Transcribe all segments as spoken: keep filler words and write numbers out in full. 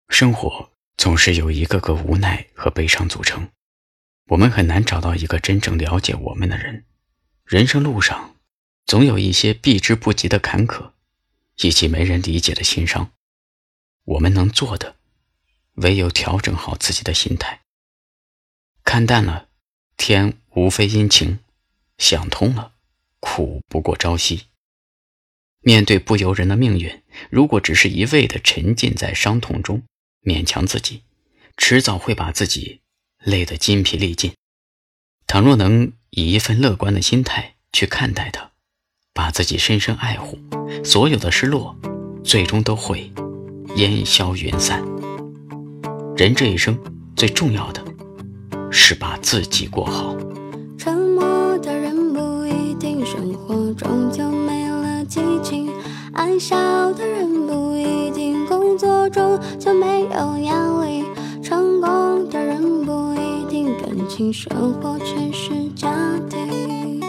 生活总是由一个个无奈和悲伤组成，我们很难找到一个真正了解我们的人。人生路上总有一些避之不及的坎坷，以及没人理解的心伤。我们能做的唯有调整好自己的心态，看淡了天无非阴晴，想通了苦不过朝夕。面对不由人的命运，如果只是一味地沉浸在伤痛中，勉强自己，迟早会把自己累得筋疲力尽。倘若能以一份乐观的心态去看待它，把自己深深爱护，所有的失落最终都会烟消云散。人这一生最重要的是把自己过好。 沉默的人不一定生活中就没了激情，爱笑的人不一定工作中就没有压力，成功的人不一定感情生活全是家庭。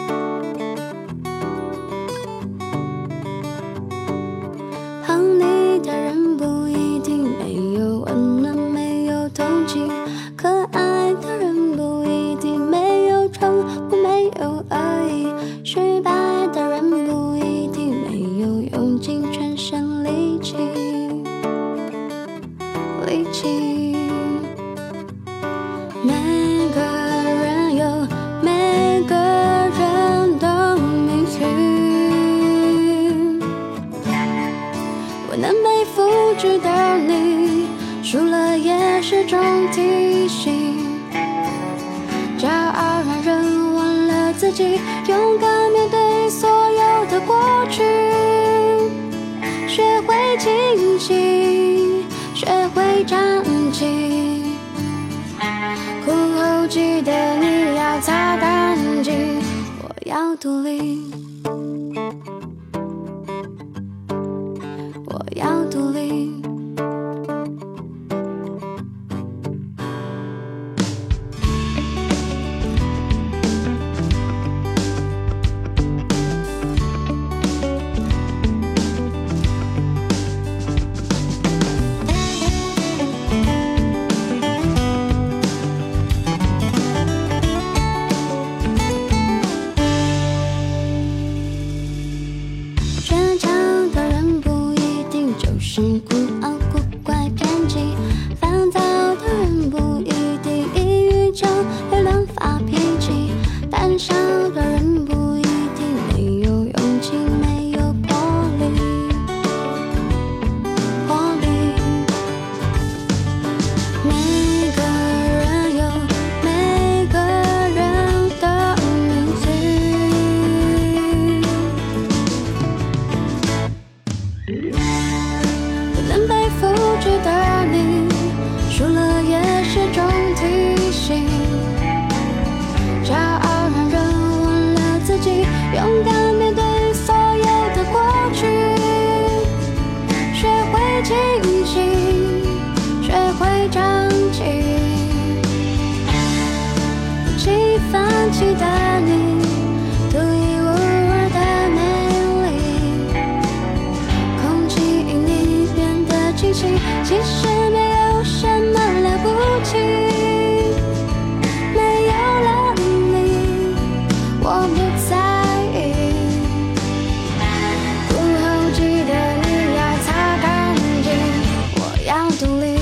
疼你的人不一定没有温暖，没有同情，可爱的人不一定没有城府，没有恶意，失败的人不一定没有用尽全身力气力气。每个人有每个人的命运，不能被复制的你，输了也是种提醒。骄傲让人忘了自己，勇敢面对所有的过去，学会清醒，学会站起，哭后记得你要擦干净。我要独立，我要独立。倔强的人不一定就是孤傲古怪偏激，烦躁的人不一定抑郁症会乱发脾气，胆小的人不一定没有勇气，没有魄力魄力。每个人有每个人的命运，不能被复制的你，输了也是种提醒。骄傲让人忘了自己，勇敢面对所有的过去，学会清醒，学会站起，不弃放弃的你，独一无二的美丽。空气因你变得清晰，其实没有什么了不起，没有了你我不在意，哭后记得你要擦干净。我要独立。